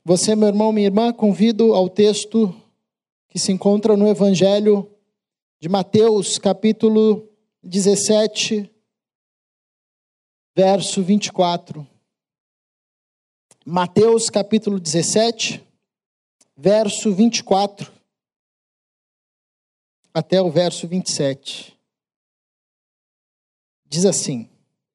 Você, meu irmão, minha irmã, convido ao texto que se encontra no Evangelho de Mateus, capítulo 17, verso 24. Mateus, capítulo 17, verso 24, até o verso 27. Diz assim: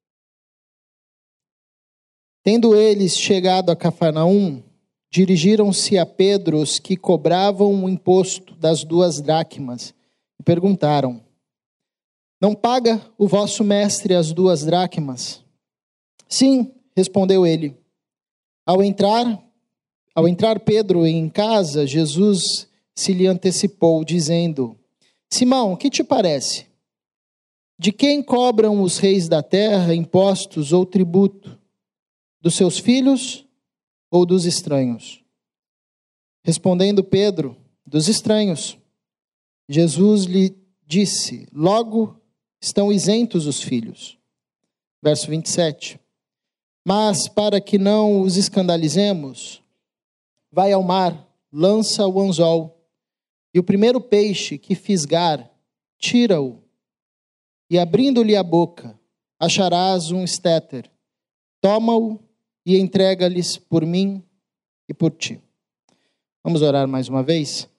Tendo eles chegado a Cafarnaum, dirigiram-se a Pedro os que cobravam o imposto das 2 dracmas e perguntaram: Não paga o vosso mestre as 2 dracmas? Sim, respondeu ele. Ao entrar Pedro em casa, Jesus se lhe antecipou, dizendo: Simão, que te parece? De quem cobram os reis da terra impostos ou tributo? Dos seus filhos ou dos estranhos? Respondendo Pedro: Dos estranhos. Jesus lhe disse: Logo estão isentos os filhos. Verso 27. Mas para que não os escandalizemos, vai ao mar, lança o anzol, e o primeiro peixe que fisgar, tira-o, e abrindo-lhe a boca, acharás um estéter. Toma-o e entrega-lhes por mim e por ti. Vamos orar mais uma vez?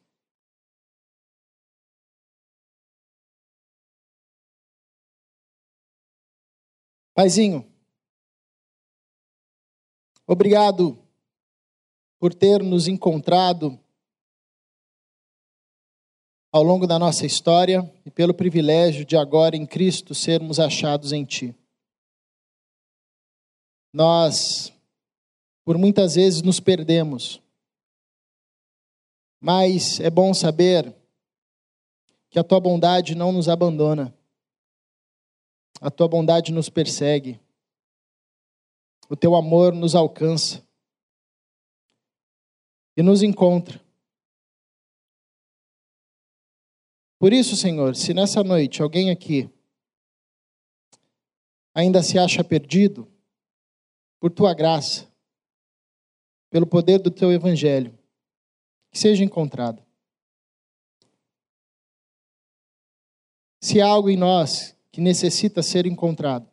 Paizinho, obrigado por ter nos encontrado ao longo da nossa história e pelo privilégio de agora em Cristo sermos achados em Ti. Nós, por muitas vezes, nos perdemos, mas é bom saber que a Tua bondade não nos abandona, a Tua bondade nos persegue, o Teu amor nos alcança e nos encontra. Por isso, Senhor, se nessa noite alguém aqui ainda se acha perdido, por Tua graça, pelo poder do Teu Evangelho, que seja encontrado. Se há algo em nós que necessita ser encontrado,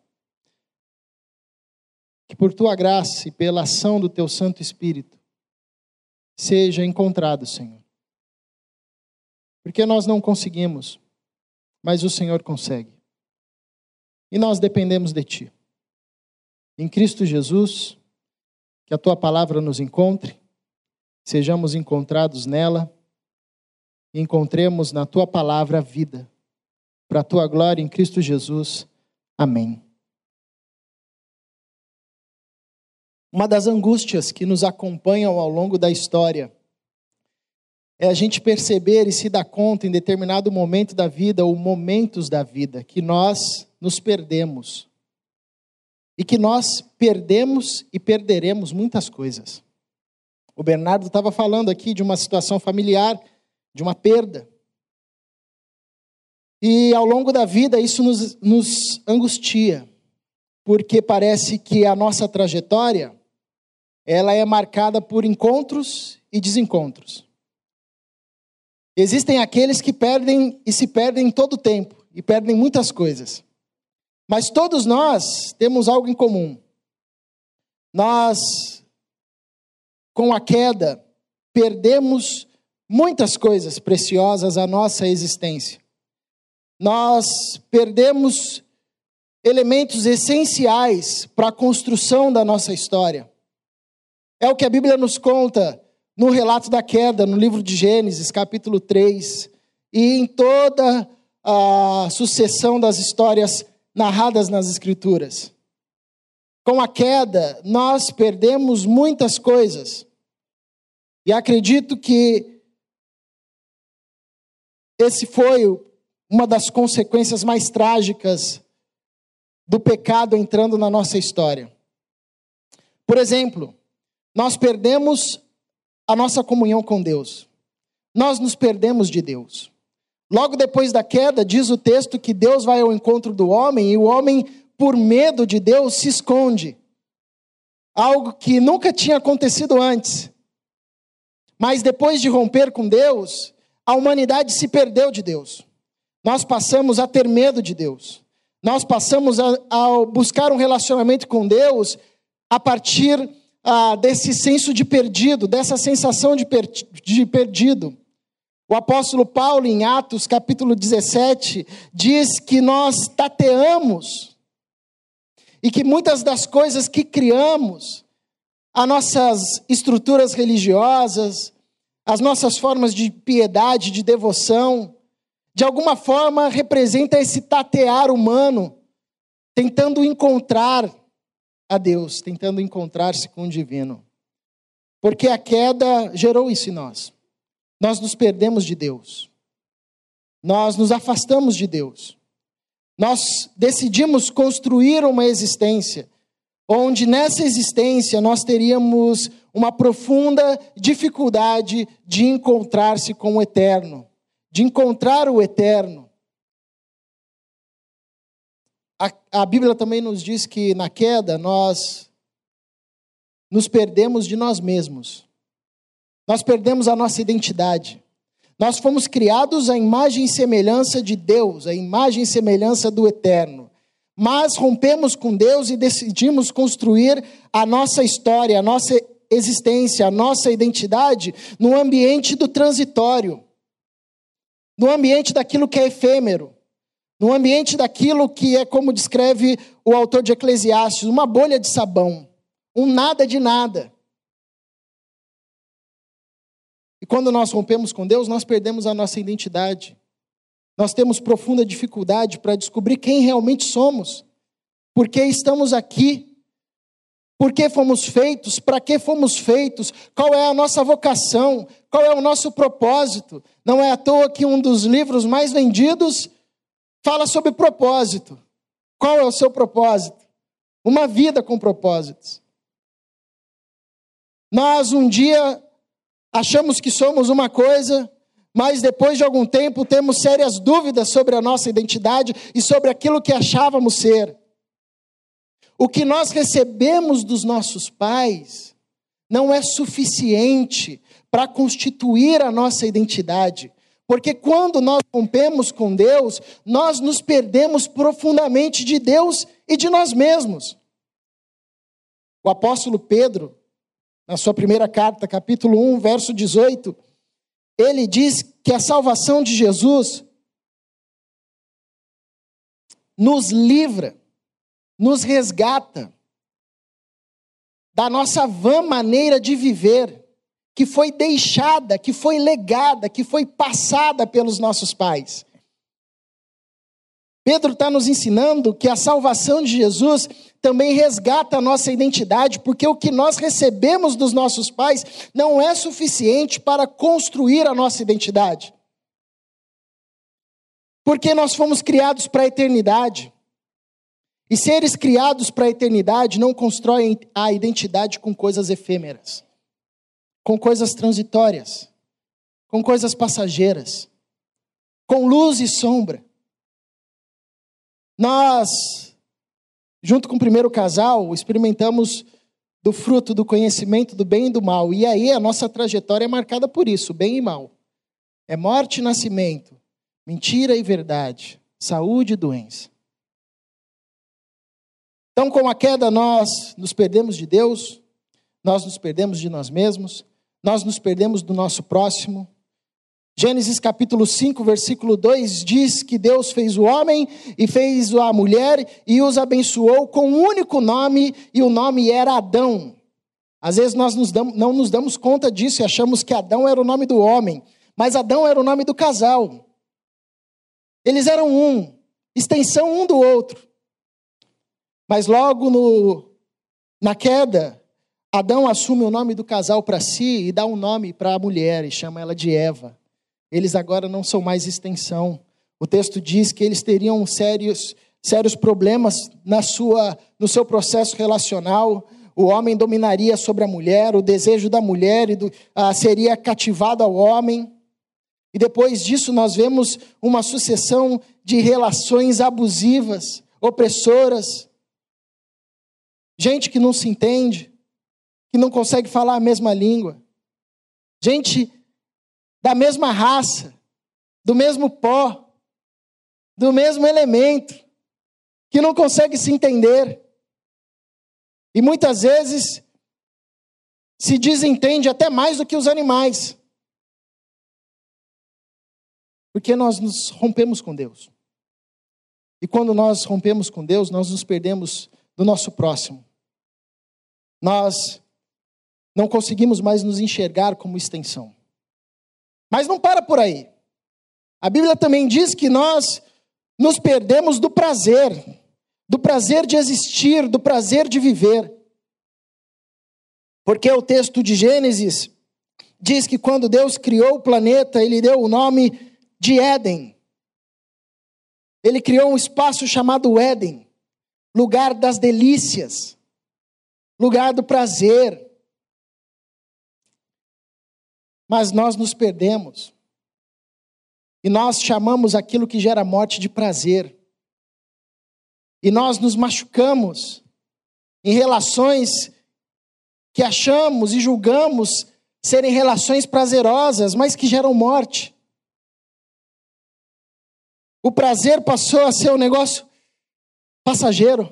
que por Tua graça e pela ação do Teu Santo Espírito, seja encontrado, Senhor. Porque nós não conseguimos, mas o Senhor consegue. E nós dependemos de Ti. Em Cristo Jesus, que a Tua palavra nos encontre, sejamos encontrados nela, e encontremos na Tua palavra a vida, para a Tua glória em Cristo Jesus. Amém. Uma das angústias que nos acompanham ao longo da história é a gente perceber e se dar conta em determinado momento da vida, ou momentos da vida, que nós nos perdemos. E que nós perdemos e perderemos muitas coisas. O Bernardo estava falando aqui de uma situação familiar, de uma perda. E ao longo da vida isso nos angustia, porque parece que a nossa trajetória, ela é marcada por encontros e desencontros. Existem aqueles que perdem e se perdem todo o tempo, e perdem muitas coisas. Mas todos nós temos algo em comum. Nós, com a queda, perdemos muitas coisas preciosas à nossa existência. Nós perdemos elementos essenciais para a construção da nossa história. É o que a Bíblia nos conta no relato da queda, no livro de Gênesis, capítulo 3, e em toda a sucessão das histórias narradas nas Escrituras. Com a queda, nós perdemos muitas coisas. E acredito que esse foi uma das consequências mais trágicas do pecado entrando na nossa história. Por exemplo, nós perdemos a nossa comunhão com Deus. Nós nos perdemos de Deus. Logo depois da queda, diz o texto que Deus vai ao encontro do homem e o homem, por medo de Deus, se esconde. Algo que nunca tinha acontecido antes. Mas depois de romper com Deus, a humanidade se perdeu de Deus. Nós passamos a ter medo de Deus. Nós passamos a buscar um relacionamento com Deus a partir desse senso de perdido, dessa sensação de perdido. O apóstolo Paulo, em Atos, capítulo 17, diz que nós tateamos e que muitas das coisas que criamos, as nossas estruturas religiosas, as nossas formas de piedade, de devoção, de alguma forma representa esse tatear humano, tentando encontrar a Deus, tentando encontrar-se com o divino. Porque a queda gerou isso em nós. Nós nos perdemos de Deus. Nós nos afastamos de Deus. Nós decidimos construir uma existência onde nessa existência nós teríamos uma profunda dificuldade de encontrar-se com o eterno, de encontrar o eterno. A Bíblia também nos diz que na queda nós nos perdemos de nós mesmos. Nós perdemos a nossa identidade. Nós fomos criados à imagem e semelhança de Deus, à imagem e semelhança do eterno. Mas rompemos com Deus e decidimos construir a nossa história, a nossa existência, a nossa identidade no ambiente do transitório, no ambiente daquilo que é efêmero, no ambiente daquilo que é, como descreve o autor de Eclesiastes, uma bolha de sabão, um nada de nada. E quando nós rompemos com Deus, nós perdemos a nossa identidade. Nós temos profunda dificuldade para descobrir quem realmente somos. Por que estamos aqui? Por que fomos feitos? Para que fomos feitos? Qual é a nossa vocação? Qual é o nosso propósito? Não é à toa que um dos livros mais vendidos fala sobre propósito. Qual é o seu propósito? Uma vida com propósitos. Nós um dia achamos que somos uma coisa, mas depois de algum tempo temos sérias dúvidas sobre a nossa identidade e sobre aquilo que achávamos ser. O que nós recebemos dos nossos pais não é suficiente para constituir a nossa identidade. Porque quando nós rompemos com Deus, nós nos perdemos profundamente de Deus e de nós mesmos. O apóstolo Pedro, na sua primeira carta, capítulo 1, verso 18, ele diz que a salvação de Jesus nos livra, nos resgata da nossa vã maneira de viver, que foi deixada, que foi legada, que foi passada pelos nossos pais. Pedro está nos ensinando que a salvação de Jesus também resgata a nossa identidade, porque o que nós recebemos dos nossos pais não é suficiente para construir a nossa identidade. Porque nós fomos criados para a eternidade. E seres criados para a eternidade não constroem a identidade com coisas efêmeras, com coisas transitórias, com coisas passageiras, com luz e sombra. Nós, junto com o primeiro casal, experimentamos do fruto do conhecimento do bem e do mal. E aí a nossa trajetória é marcada por isso, bem e mal. É morte e nascimento, mentira e verdade, saúde e doença. Então, com a queda, nós nos perdemos de Deus, nós nos perdemos de nós mesmos, nós nos perdemos do nosso próximo. Gênesis capítulo 5, versículo 2, diz que Deus fez o homem e fez a mulher e os abençoou com um único nome, e o nome era Adão. Às vezes nós não nos damos conta disso e achamos que Adão era o nome do homem, mas Adão era o nome do casal. Eles eram um, extensão um do outro. Mas logo na queda, Adão assume o nome do casal para si e dá um nome para a mulher e chama ela de Eva. Eles agora não são mais extensão. O texto diz que eles teriam sérios problemas no seu processo relacional. O homem dominaria sobre a mulher, o desejo da mulher seria cativado ao homem. E depois disso nós vemos uma sucessão de relações abusivas, opressoras. Gente que não se entende, que não consegue falar a mesma língua. gente da mesma raça, do mesmo pó, do mesmo elemento, que não consegue se entender. E muitas vezes se desentende até mais do que os animais. Porque nós nos rompemos com Deus. E quando nós rompemos com Deus, nós nos perdemos do nosso próximo. Nós não conseguimos mais nos enxergar como extensão. Mas não para por aí. A Bíblia também diz que nós nos perdemos do prazer de existir, do prazer de viver. Porque o texto de Gênesis diz que quando Deus criou o planeta, Ele deu o nome de Éden. Ele criou um espaço chamado Éden, lugar das delícias, lugar do prazer. Mas nós nos perdemos. E nós chamamos aquilo que gera morte de prazer. E nós nos machucamos em relações que achamos e julgamos serem relações prazerosas, mas que geram morte. O prazer passou a ser um negócio passageiro.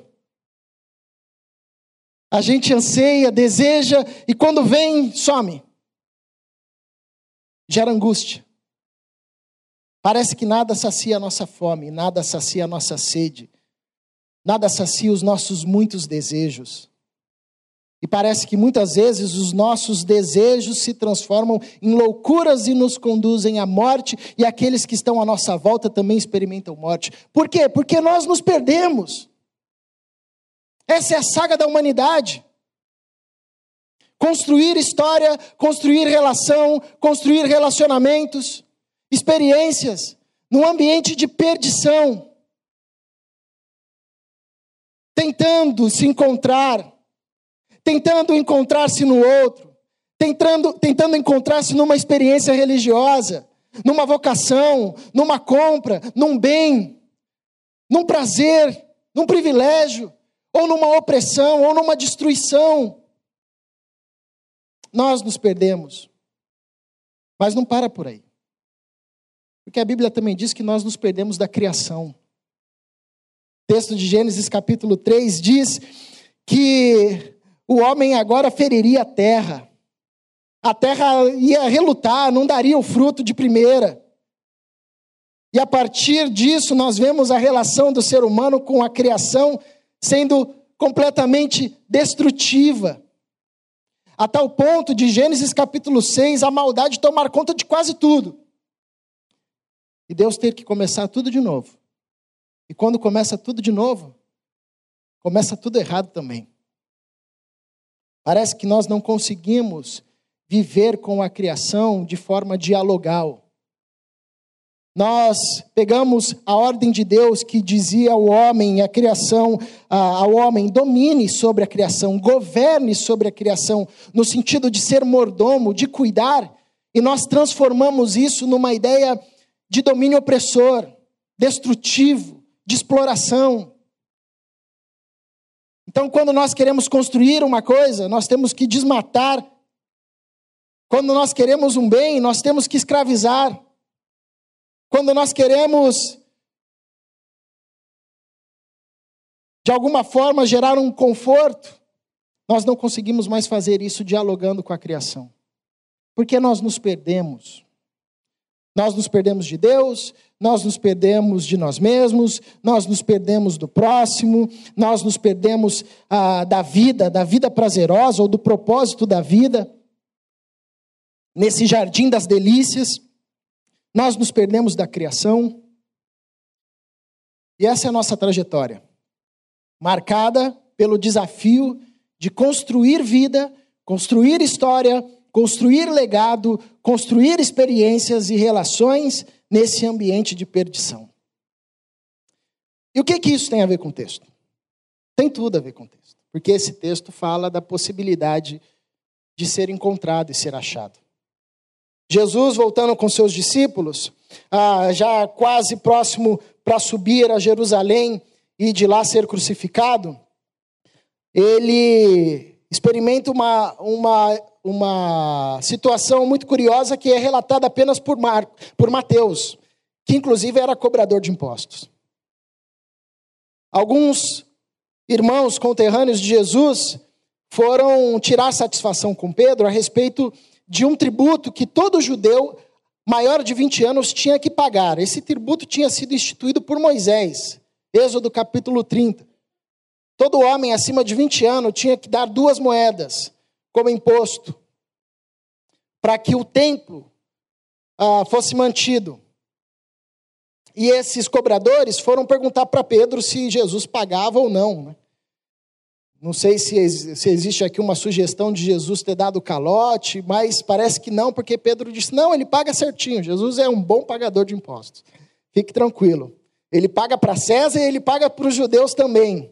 A gente anseia, deseja, e quando vem, some. Gera angústia. Parece que nada sacia a nossa fome, nada sacia a nossa sede, nada sacia os nossos muitos desejos. E parece que muitas vezes os nossos desejos se transformam em loucuras e nos conduzem à morte, e aqueles que estão à nossa volta também experimentam morte. Por quê? Porque nós nos perdemos. Essa é a saga da humanidade. Construir história, construir relação, construir relacionamentos, experiências, num ambiente de perdição. Tentando se encontrar, tentando encontrar-se no outro, tentando encontrar-se numa experiência religiosa, numa vocação, numa compra, num bem, num prazer, num privilégio, ou numa opressão, ou numa destruição. Nós nos perdemos. Mas não para por aí. Porque a Bíblia também diz que nós nos perdemos da criação. O texto de Gênesis capítulo 3 diz que o homem agora feriria a terra. A terra ia relutar, não daria o fruto de primeira. E a partir disso nós vemos a relação do ser humano com a criação sendo completamente destrutiva. A tal ponto de Gênesis capítulo 6, a maldade tomar conta de quase tudo. E Deus ter que começar tudo de novo. E quando começa tudo de novo, começa tudo errado também. Parece que nós não conseguimos viver com a criação de forma dialogal. Nós pegamos a ordem de Deus que dizia ao homem, a criação, ao homem, domine sobre a criação, governe sobre a criação, no sentido de ser mordomo, de cuidar, e nós transformamos isso numa ideia de domínio opressor, destrutivo, de exploração. Então, quando nós queremos construir uma coisa, nós temos que desmatar. Quando nós queremos um bem, nós temos que escravizar. Quando nós queremos, de alguma forma, gerar um conforto, nós não conseguimos mais fazer isso dialogando com a criação. Porque nós nos perdemos. Nós nos perdemos de Deus, nós nos perdemos de nós mesmos, nós nos perdemos do próximo, nós nos perdemos da vida prazerosa ou do propósito da vida, nesse jardim das delícias. Nós nos perdemos da criação. E essa é a nossa trajetória, marcada pelo desafio de construir vida, construir história, construir legado, construir experiências e relações nesse ambiente de perdição. E o que isso tem a ver com o texto? Tem tudo a ver com o texto, porque esse texto fala da possibilidade de ser encontrado e ser achado. Jesus, voltando com seus discípulos, já quase próximo para subir a Jerusalém e de lá ser crucificado, ele experimenta uma uma situação muito curiosa que é relatada apenas por Mateus, que inclusive era cobrador de impostos. Alguns irmãos conterrâneos de Jesus foram tirar satisfação com Pedro a respeito de um tributo que todo judeu maior de 20 anos tinha que pagar. Esse tributo tinha sido instituído por Moisés, Êxodo capítulo 30. Todo homem acima de 20 anos tinha que dar 2 moedas como imposto, para que o templo fosse mantido. E esses cobradores foram perguntar para Pedro se Jesus pagava ou não. Não sei se existe aqui uma sugestão de Jesus ter dado calote, mas parece que não, porque Pedro disse, não, ele paga certinho, Jesus é um bom pagador de impostos. Fique tranquilo. Ele paga para César e ele paga para os judeus também.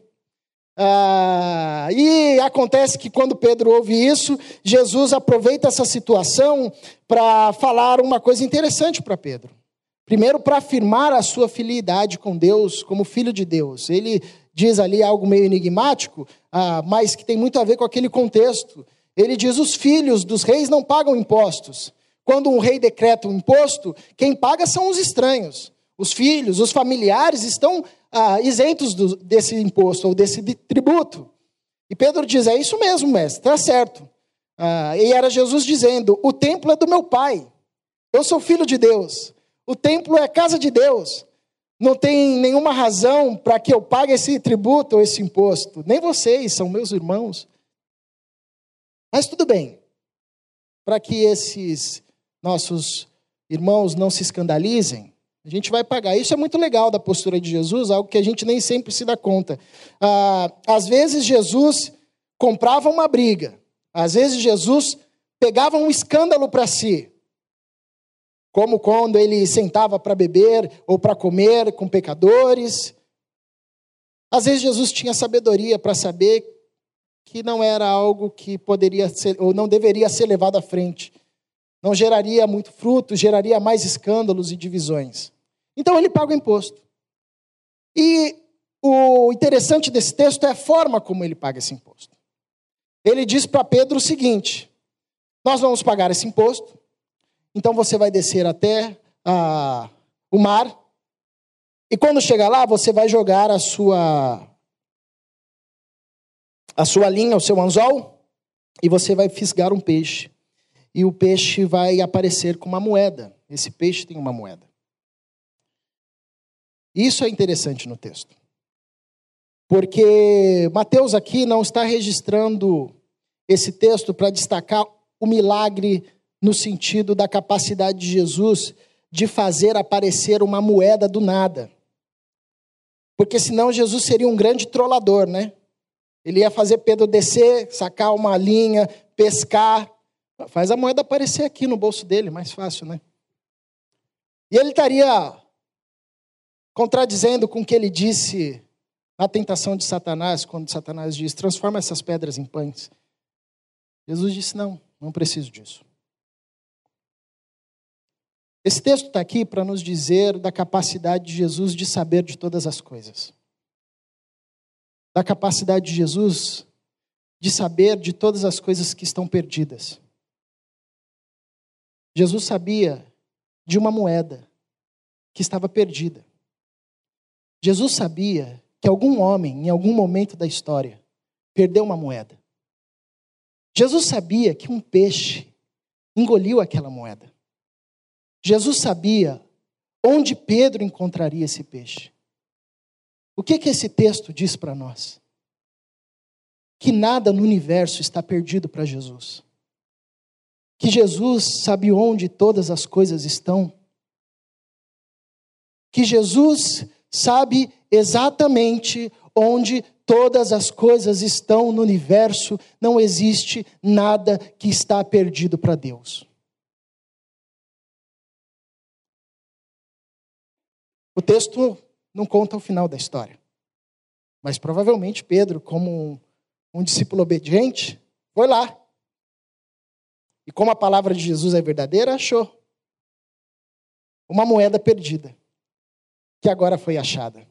E acontece que quando Pedro ouve isso, Jesus aproveita essa situação para falar uma coisa interessante para Pedro. Primeiro, para afirmar a sua filialidade com Deus, como filho de Deus. Ele diz ali algo meio enigmático, mas que tem muito a ver com aquele contexto. Ele diz, os filhos dos reis não pagam impostos. Quando um rei decreta um imposto, quem paga são os estranhos. Os filhos, os familiares estão isentos desse imposto ou desse tributo. E Pedro diz, é isso mesmo, mestre, está certo. E era Jesus dizendo, o templo é do meu pai, eu sou filho de Deus, o templo é a casa de Deus, não tem nenhuma razão para que eu pague esse tributo ou esse imposto, nem vocês, são meus irmãos. Mas tudo bem, para que esses nossos irmãos não se escandalizem, a gente vai pagar. Isso é muito legal da postura de Jesus, algo que a gente nem sempre se dá conta. Às vezes Jesus comprava uma briga. Às vezes Jesus pegava um escândalo para si. Como quando ele sentava para beber ou para comer com pecadores. Às vezes Jesus tinha sabedoria para saber que não era algo que poderia ser, ou não deveria ser levado à frente. Não geraria muito fruto, geraria mais escândalos e divisões. Então ele paga o imposto. E o interessante desse texto é a forma como ele paga esse imposto. Ele diz para Pedro o seguinte, nós vamos pagar esse imposto, então você vai descer até o mar, e quando chegar lá, você vai jogar a sua linha, o seu anzol, e você vai fisgar um peixe. E o peixe vai aparecer com uma moeda. Esse peixe tem uma moeda. Isso é interessante no texto. Porque Mateus aqui não está registrando esse texto para destacar o milagre no sentido da capacidade de Jesus de fazer aparecer uma moeda do nada. Porque senão Jesus seria um grande trollador, né? Ele ia fazer Pedro descer, sacar uma linha, pescar. Faz a moeda aparecer aqui no bolso dele, mais fácil, né? E ele estaria contradizendo com o que ele disse na tentação de Satanás, quando Satanás diz, transforma essas pedras em pães. Jesus disse, não preciso disso. Esse texto está aqui para nos dizer da capacidade de Jesus de saber de todas as coisas. Da capacidade de Jesus de saber de todas as coisas que estão perdidas. Jesus sabia de uma moeda que estava perdida. Jesus sabia que algum homem, em algum momento da história, perdeu uma moeda. Jesus sabia que um peixe engoliu aquela moeda. Jesus sabia onde Pedro encontraria esse peixe. O que esse texto diz para nós? Que nada no universo está perdido para Jesus. Que Jesus sabe onde todas as coisas estão. Que Jesus sabe exatamente onde todas as coisas estão no universo. Não existe nada que está perdido para Deus. O texto não conta o final da história. Mas provavelmente Pedro, como um discípulo obediente, foi lá. E como a palavra de Jesus é verdadeira, achou uma moeda perdida, que agora foi achada.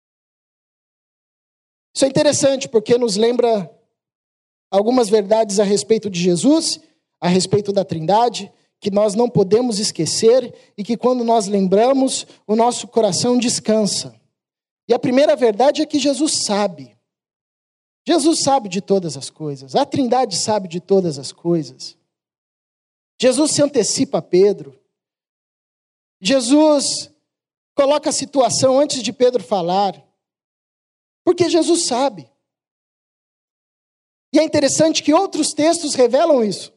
Isso é interessante, porque nos lembra algumas verdades a respeito de Jesus, a respeito da Trindade, que nós não podemos esquecer e que quando nós lembramos, o nosso coração descansa. E a primeira verdade é que Jesus sabe. Jesus sabe de todas as coisas. A Trindade sabe de todas as coisas. Jesus se antecipa a Pedro. Jesus coloca a situação antes de Pedro falar. Porque Jesus sabe. E é interessante que outros textos revelam isso.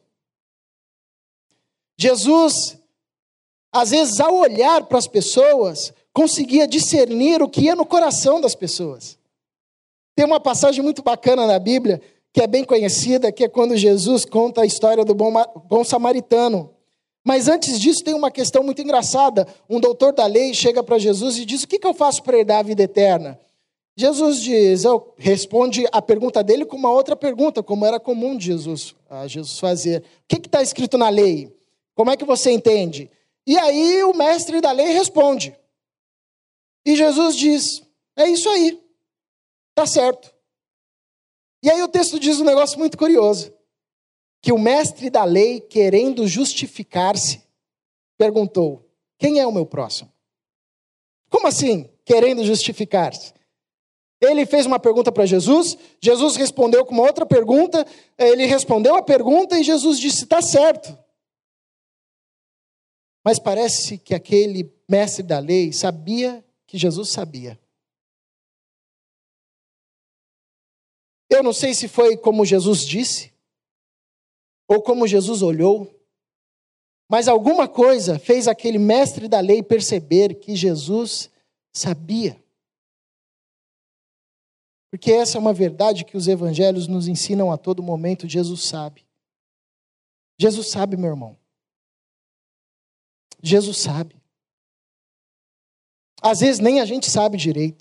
Jesus, às vezes, ao olhar para as pessoas, conseguia discernir o que ia no coração das pessoas. Tem uma passagem muito bacana na Bíblia, que é bem conhecida, que é quando Jesus conta a história do bom samaritano. Mas antes disso tem uma questão muito engraçada. Um doutor da lei chega para Jesus e diz: o que eu faço para herdar a vida eterna? Jesus responde a pergunta dele com uma outra pergunta, como era comum de Jesus fazer. O que está escrito na lei? Como é que você entende? E aí o mestre da lei responde. E Jesus diz: é isso aí, está certo. E aí o texto diz um negócio muito curioso. Que o mestre da lei, querendo justificar-se, perguntou: quem é o meu próximo? Como assim, querendo justificar-se? Ele fez uma pergunta para Jesus, Jesus respondeu com uma outra pergunta, ele respondeu a pergunta e Jesus disse: está certo. Mas parece que aquele mestre da lei sabia que Jesus sabia. Eu não sei se foi como Jesus disse, ou como Jesus olhou, mas alguma coisa fez aquele mestre da lei perceber que Jesus sabia. Porque essa é uma verdade que os evangelhos nos ensinam a todo momento. Jesus sabe. Jesus sabe, meu irmão. Jesus sabe. Às vezes nem a gente sabe direito.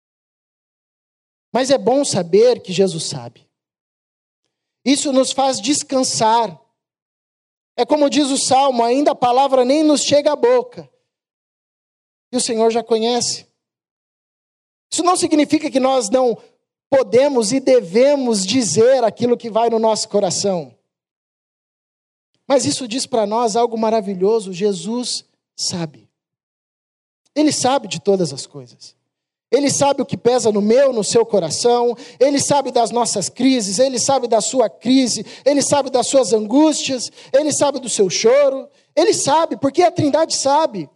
Mas é bom saber que Jesus sabe. Isso nos faz descansar. É como diz o Salmo: ainda a palavra nem nos chega à boca. E o Senhor já conhece. Isso não significa que nós não podemos e devemos dizer aquilo que vai no nosso coração. Mas isso diz para nós algo maravilhoso: Jesus sabe. Ele sabe de todas as coisas. Ele sabe o que pesa no meu, no seu coração. Ele sabe das nossas crises. Ele sabe da sua crise. Ele sabe das suas angústias. Ele sabe do seu choro. Ele sabe, porque a Trindade sabe.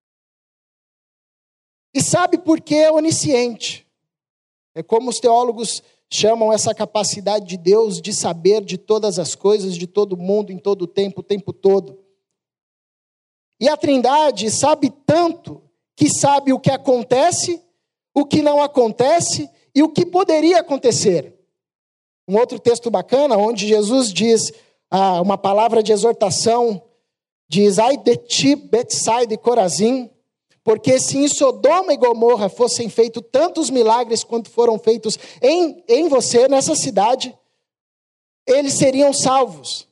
E sabe porque é onisciente. É como os teólogos chamam essa capacidade de Deus de saber de todas as coisas, de todo mundo, em todo o tempo todo. E a Trindade sabe tanto que sabe o que acontece, o que não acontece e o que poderia acontecer. Um outro texto bacana, onde Jesus diz uma palavra de exortação, diz: ai de ti, Betsaida e Corazim, porque se em Sodoma e Gomorra fossem feitos tantos milagres quanto foram feitos em você, nessa cidade, eles seriam salvos.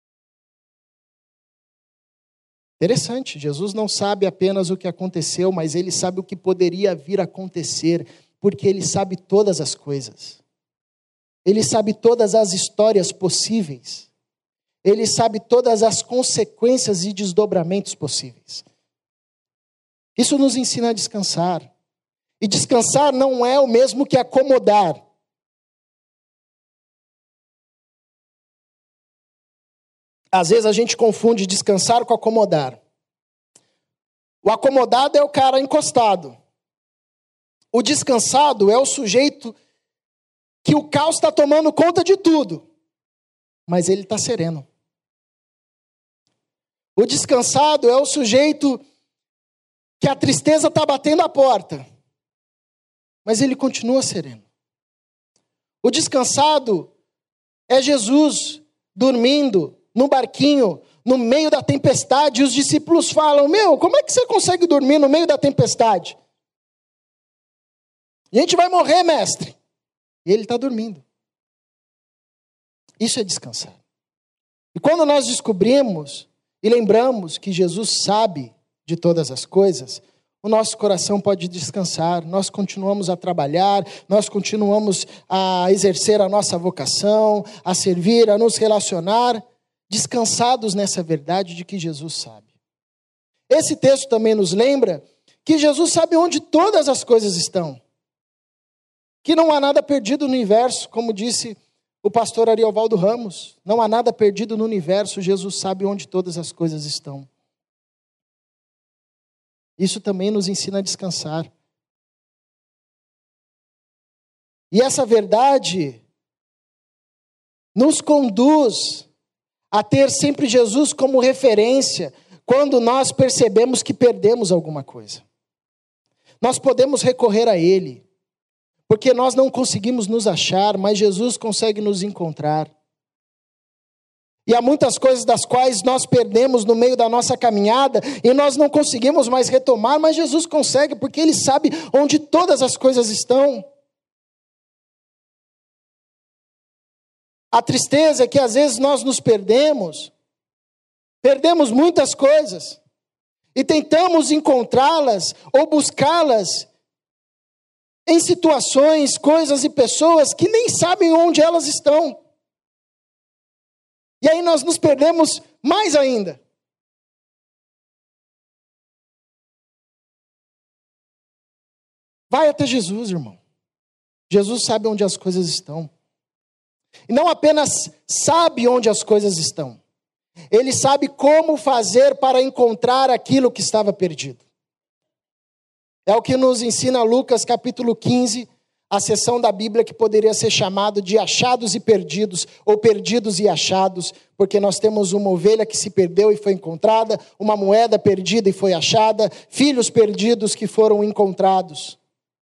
Interessante, Jesus não sabe apenas o que aconteceu, mas ele sabe o que poderia vir a acontecer, porque ele sabe todas as coisas. Ele sabe todas as histórias possíveis. Ele sabe todas as consequências e desdobramentos possíveis. Isso nos ensina a descansar. E descansar não é o mesmo que acomodar. Às vezes a gente confunde descansar com acomodar. O acomodado é o cara encostado. O descansado é o sujeito que o caos está tomando conta de tudo, mas ele está sereno. O descansado é o sujeito que a tristeza está batendo a porta, mas ele continua sereno. O descansado é Jesus dormindo no barquinho, no meio da tempestade, e os discípulos falam: como é que você consegue dormir no meio da tempestade? A gente vai morrer, mestre. E ele está dormindo. Isso é descansar. E quando nós descobrimos e lembramos que Jesus sabe de todas as coisas, o nosso coração pode descansar. Nós continuamos a trabalhar, nós continuamos a exercer a nossa vocação, a servir, a nos relacionar, descansados nessa verdade de que Jesus sabe. Esse texto também nos lembra que Jesus sabe onde todas as coisas estão. Que não há nada perdido no universo, como disse o pastor Ariovaldo Ramos. Não há nada perdido no universo, Jesus sabe onde todas as coisas estão. Isso também nos ensina a descansar. E essa verdade nos conduz a ter sempre Jesus como referência quando nós percebemos que perdemos alguma coisa. Nós podemos recorrer a Ele, porque nós não conseguimos nos achar, mas Jesus consegue nos encontrar. E há muitas coisas das quais nós perdemos no meio da nossa caminhada e nós não conseguimos mais retomar, mas Jesus consegue, porque Ele sabe onde todas as coisas estão. A tristeza é que às vezes nós nos perdemos muitas coisas e tentamos encontrá-las ou buscá-las em situações, coisas e pessoas que nem sabem onde elas estão. E aí nós nos perdemos mais ainda. Vai até Jesus, irmão. Jesus sabe onde as coisas estão. E não apenas sabe onde as coisas estão. Ele sabe como fazer para encontrar aquilo que estava perdido. É o que nos ensina Lucas capítulo 15, a seção da Bíblia que poderia ser chamado de achados e perdidos, ou perdidos e achados, porque nós temos uma ovelha que se perdeu e foi encontrada, uma moeda perdida e foi achada, filhos perdidos que foram encontrados.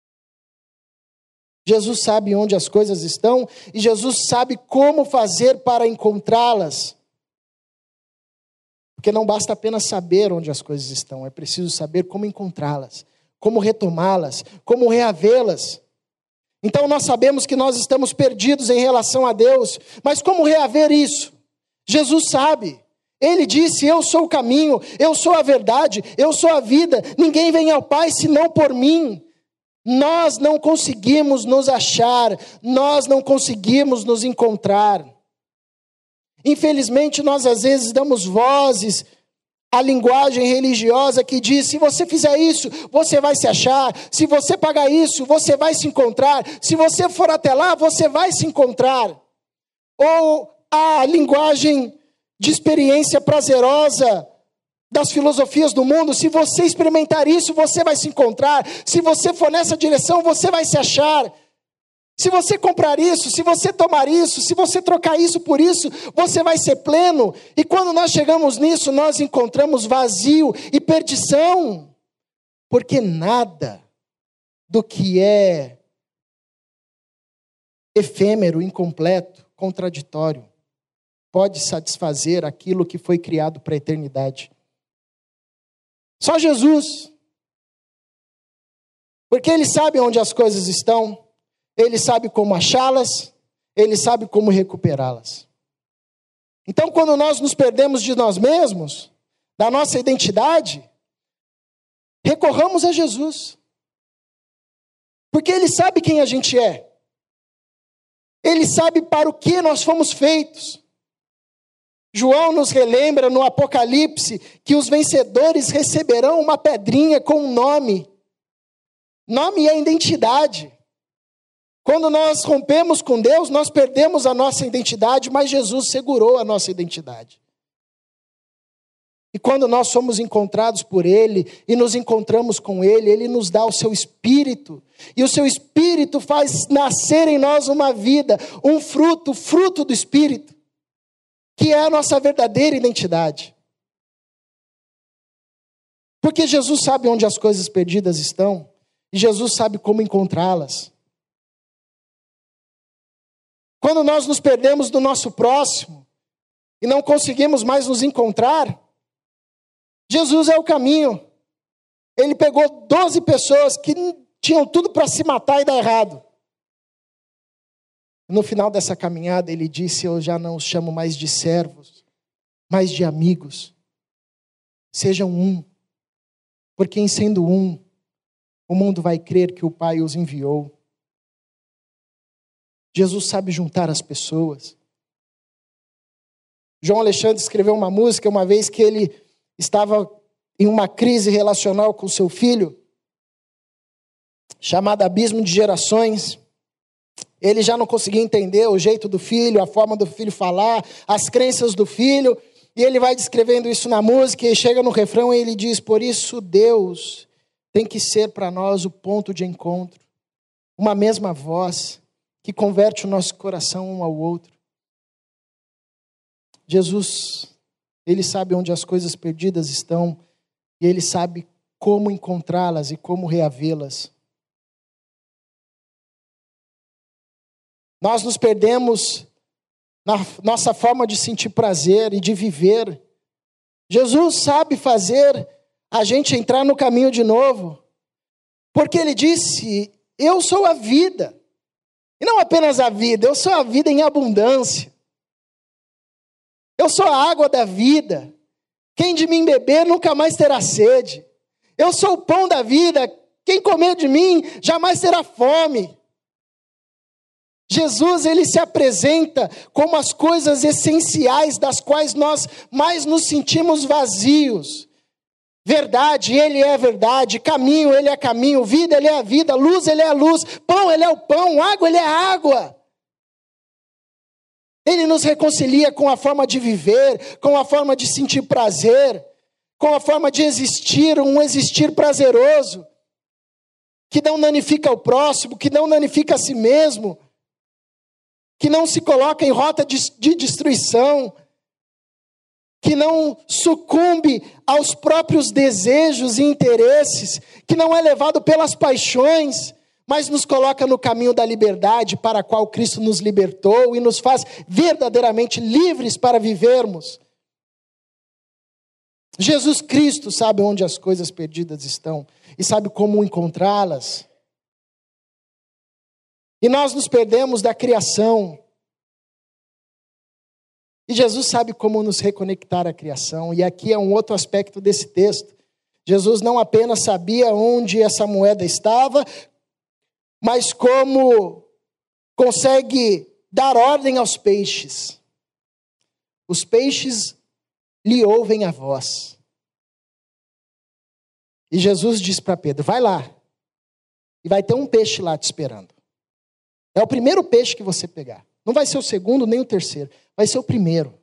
Jesus sabe onde as coisas estão e Jesus sabe como fazer para encontrá-las. Porque não basta apenas saber onde as coisas estão, é preciso saber como encontrá-las, como retomá-las, como reavê-las. Então nós sabemos que nós estamos perdidos em relação a Deus, mas como reaver isso? Jesus sabe. Ele disse: eu sou o caminho, eu sou a verdade, eu sou a vida, ninguém vem ao Pai senão por mim. Nós não conseguimos nos achar, nós não conseguimos nos encontrar. Infelizmente, nós às vezes damos vozes à linguagem religiosa que diz: se você fizer isso, você vai se achar. Se você pagar isso, você vai se encontrar. Se você for até lá, você vai se encontrar. Ou a linguagem de experiência prazerosa das filosofias do mundo: se você experimentar isso, você vai se encontrar. Se você for nessa direção, você vai se achar. Se você comprar isso, se você tomar isso, se você trocar isso por isso, você vai ser pleno. E quando nós chegamos nisso, nós encontramos vazio e perdição. Porque nada do que é efêmero, incompleto, contraditório, pode satisfazer aquilo que foi criado para a eternidade. Só Jesus. Porque Ele sabe onde as coisas estão. Ele sabe como achá-las, Ele sabe como recuperá-las. Então, quando nós nos perdemos de nós mesmos, da nossa identidade, recorramos a Jesus. Porque Ele sabe quem a gente é. Ele sabe para o que nós fomos feitos. João nos relembra no Apocalipse que os vencedores receberão uma pedrinha com um nome. Nome é identidade. Quando nós rompemos com Deus, nós perdemos a nossa identidade, mas Jesus segurou a nossa identidade. E quando nós somos encontrados por Ele e nos encontramos com Ele, Ele nos dá o seu Espírito. E o seu Espírito faz nascer em nós uma vida, um fruto, fruto do Espírito, que é a nossa verdadeira identidade. Porque Jesus sabe onde as coisas perdidas estão, e Jesus sabe como encontrá-las. Quando nós nos perdemos do nosso próximo e não conseguimos mais nos encontrar, Jesus é o caminho. Ele pegou 12 pessoas que tinham tudo para se matar e dar errado. No final dessa caminhada, ele disse: eu já não os chamo mais de servos, mas de amigos. Sejam um, porque em sendo um, o mundo vai crer que o Pai os enviou. Jesus sabe juntar as pessoas. João Alexandre escreveu uma música uma vez que ele estava em uma crise relacional com seu filho, chamada Abismo de Gerações. Ele já não conseguia entender o jeito do filho, a forma do filho falar, as crenças do filho, e ele vai descrevendo isso na música, e chega no refrão e ele diz: por isso Deus tem que ser para nós o ponto de encontro, uma mesma voz que converte o nosso coração um ao outro. Jesus, ele sabe onde as coisas perdidas estão, e ele sabe como encontrá-las e como reavê-las. Nós nos perdemos na nossa forma de sentir prazer e de viver. Jesus sabe fazer a gente entrar no caminho de novo, porque ele disse: eu sou a vida. E não apenas a vida, eu sou a vida em abundância. Eu sou a água da vida. Quem de mim beber nunca mais terá sede. Eu sou o pão da vida. Quem comer de mim jamais terá fome. Jesus, ele se apresenta como as coisas essenciais das quais nós mais nos sentimos vazios. Verdade, ele é verdade. Caminho, ele é caminho. Vida, ele é a vida. Luz, ele é a luz. Pão, ele é o pão. Água, ele é a água. Ele nos reconcilia com a forma de viver, com a forma de sentir prazer, com a forma de existir, um existir prazeroso, que não danifica o próximo, que não danifica a si mesmo, que não se coloca em rota de destruição, que não sucumbe aos próprios desejos e interesses, que não é levado pelas paixões, mas nos coloca no caminho da liberdade para a qual Cristo nos libertou e nos faz verdadeiramente livres para vivermos. Jesus Cristo sabe onde as coisas perdidas estão e sabe como encontrá-las. E nós nos perdemos da criação. E Jesus sabe como nos reconectar à criação. E aqui é um outro aspecto desse texto. Jesus não apenas sabia onde essa moeda estava, mas como consegue dar ordem aos peixes. Os peixes lhe ouvem a voz. E Jesus diz para Pedro: vai lá, e vai ter um peixe lá te esperando. É o primeiro peixe que você pegar. Não vai ser o segundo nem o terceiro, vai ser o primeiro.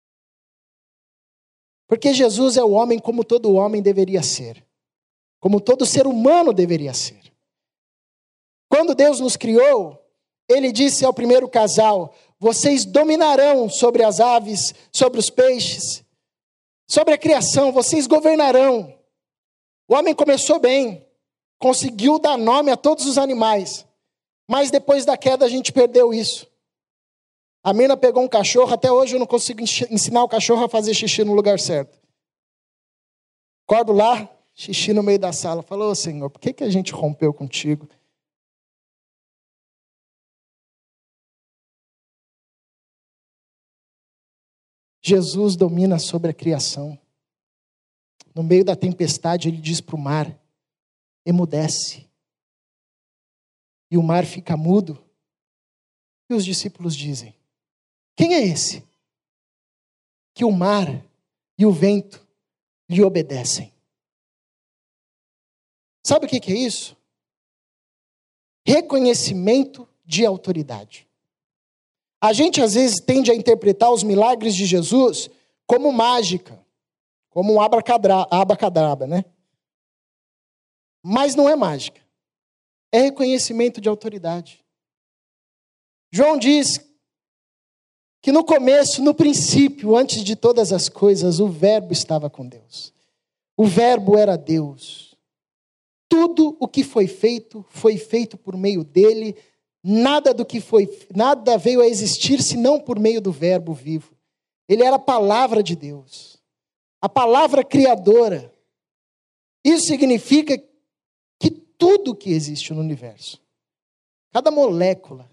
Porque Jesus é o homem como todo homem deveria ser. Como todo ser humano deveria ser. Quando Deus nos criou, ele disse ao primeiro casal: vocês dominarão sobre as aves, sobre os peixes, sobre a criação, vocês governarão. O homem começou bem, conseguiu dar nome a todos os animais, mas depois da queda a gente perdeu isso. A Mirna pegou um cachorro, até hoje eu não consigo ensinar o cachorro a fazer xixi no lugar certo. Acordo lá, xixi no meio da sala. Falou: Senhor, por que a gente rompeu contigo? Jesus domina sobre a criação. No meio da tempestade, ele diz para o mar: emudece. E o mar fica mudo. E os discípulos dizem: quem é esse? Que o mar e o vento lhe obedecem. Sabe o que é isso? Reconhecimento de autoridade. A gente às vezes tende a interpretar os milagres de Jesus como mágica, como um abacadabra, né? Mas não é mágica. É reconhecimento de autoridade. João diz que no começo, no princípio, antes de todas as coisas, o Verbo estava com Deus. O Verbo era Deus. Tudo o que foi feito por meio dele. Nada veio a existir senão por meio do Verbo vivo. Ele era a palavra de Deus, a palavra criadora. Isso significa que tudo que existe no universo, cada molécula,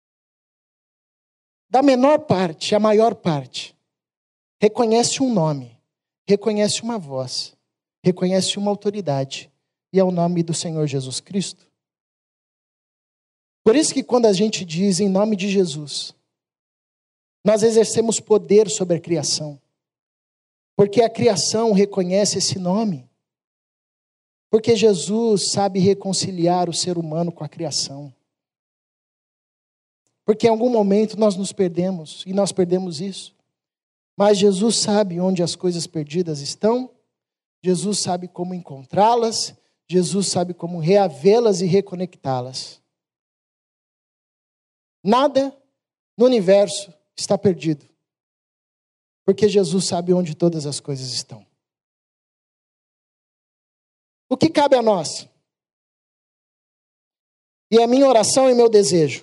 da menor parte à maior parte, reconhece um nome, reconhece uma voz, reconhece uma autoridade, e é o nome do Senhor Jesus Cristo. Por isso que quando a gente diz em nome de Jesus, Nós exercemos poder sobre a criação. Porque a criação reconhece esse nome. Porque Jesus sabe reconciliar o ser humano com a criação. Porque em algum momento nós nos perdemos, e nós perdemos isso. Mas Jesus sabe onde as coisas perdidas estão. Jesus sabe como encontrá-las. Jesus sabe como reavê-las e reconectá-las. Nada no universo está perdido. Porque Jesus sabe onde todas as coisas estão. O que cabe a nós? E é minha oração e meu desejo.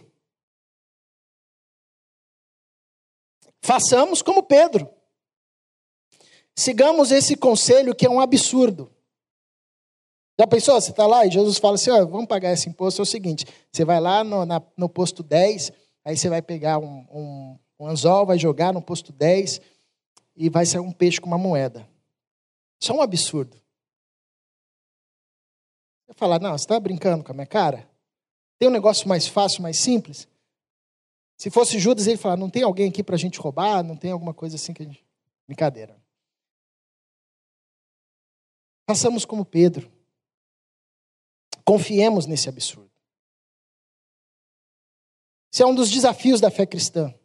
Façamos como Pedro. Sigamos esse conselho que é um absurdo. Já pensou? Você está lá e Jesus fala assim, vamos pagar esse imposto. É o seguinte, você vai lá no posto 10, aí você vai pegar um anzol, vai jogar no posto 10 e vai sair um peixe com uma moeda. Isso é um absurdo. Você fala, não, você está brincando com a minha cara? Tem um negócio mais fácil, mais simples? Se fosse Judas, ele fala, não tem alguém aqui para a gente roubar? Não tem alguma coisa assim que a gente... Brincadeira. Façamos como Pedro. Confiemos nesse absurdo. Esse é um dos desafios da fé cristã.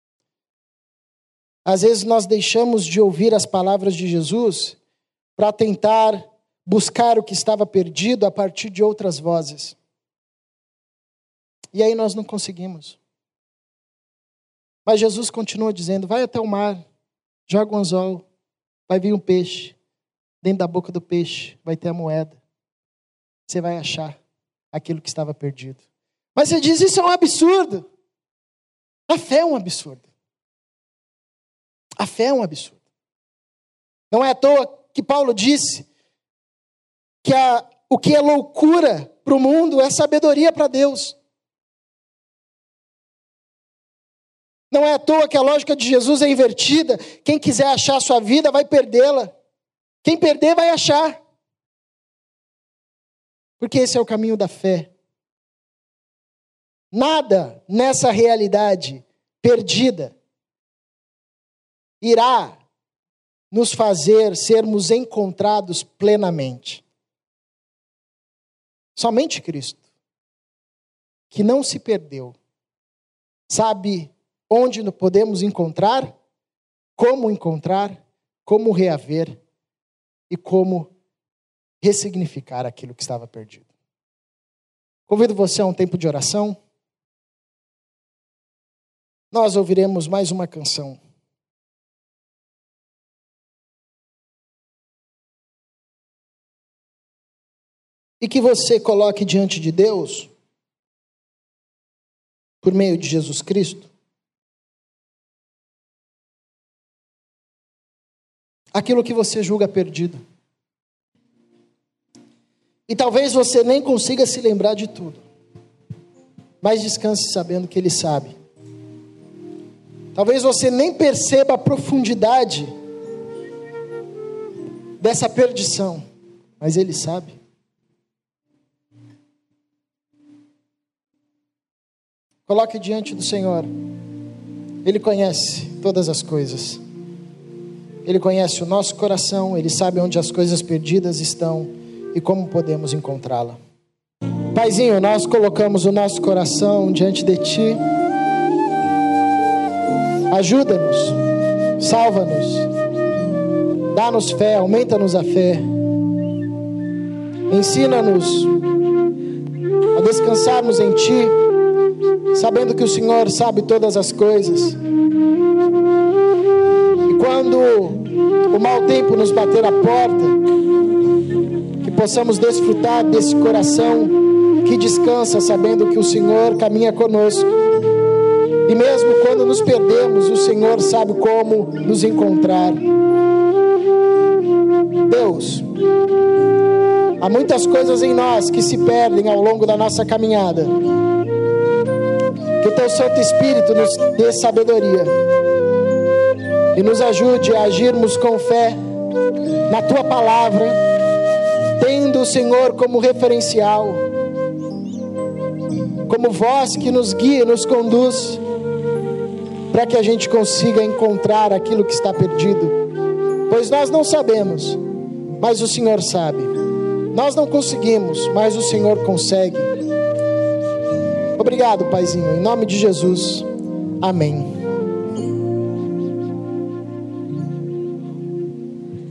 Às vezes nós deixamos de ouvir as palavras de Jesus para tentar buscar o que estava perdido a partir de outras vozes. E aí nós não conseguimos. Mas Jesus continua dizendo, vai até o mar, joga um anzol, vai vir um peixe. Dentro da boca do peixe vai ter a moeda. Você vai achar aquilo que estava perdido. Mas você diz, isso é um absurdo. A fé é um absurdo. A fé é um absurdo. Não é à toa que Paulo disse que o que é loucura para o mundo é sabedoria para Deus. Não é à toa que a lógica de Jesus é invertida. Quem quiser achar a sua vida vai perdê-la. Quem perder vai achar. Porque esse é o caminho da fé. Nada nessa realidade perdida irá nos fazer sermos encontrados plenamente. Somente Cristo, que não se perdeu, sabe onde podemos encontrar, como reaver e como ressignificar aquilo que estava perdido. Convido você a um tempo de oração. Nós ouviremos mais uma canção. E que você coloque diante de Deus, por meio de Jesus Cristo, aquilo que você julga perdido. E talvez você nem consiga se lembrar de tudo. Mas descanse sabendo que Ele sabe. Talvez você nem perceba a profundidade dessa perdição. Mas Ele sabe. Coloque diante do Senhor. Ele conhece todas as coisas. Ele conhece o nosso coração. Ele sabe onde as coisas perdidas estão e como podemos encontrá-la. Paizinho, nós colocamos o nosso coração diante de Ti. Ajuda-nos, salva-nos, dá-nos fé, aumenta-nos a fé. Ensina-nos a descansarmos em Ti, sabendo que o Senhor sabe todas as coisas. E quando o mau tempo nos bater à porta, que possamos desfrutar desse coração que descansa, sabendo que o Senhor caminha conosco. E mesmo quando nos perdemos, o Senhor sabe como nos encontrar. Deus, há muitas coisas em nós que se perdem ao longo da nossa caminhada. Que o Teu Santo Espírito nos dê sabedoria e nos ajude a agirmos com fé na Tua palavra, tendo o Senhor como referencial, como voz que nos guia e nos conduz, para que a gente consiga encontrar aquilo que está perdido. Pois nós não sabemos, mas o Senhor sabe. Nós não conseguimos, mas o Senhor consegue. Obrigado, Paizinho, em nome de Jesus. Amém.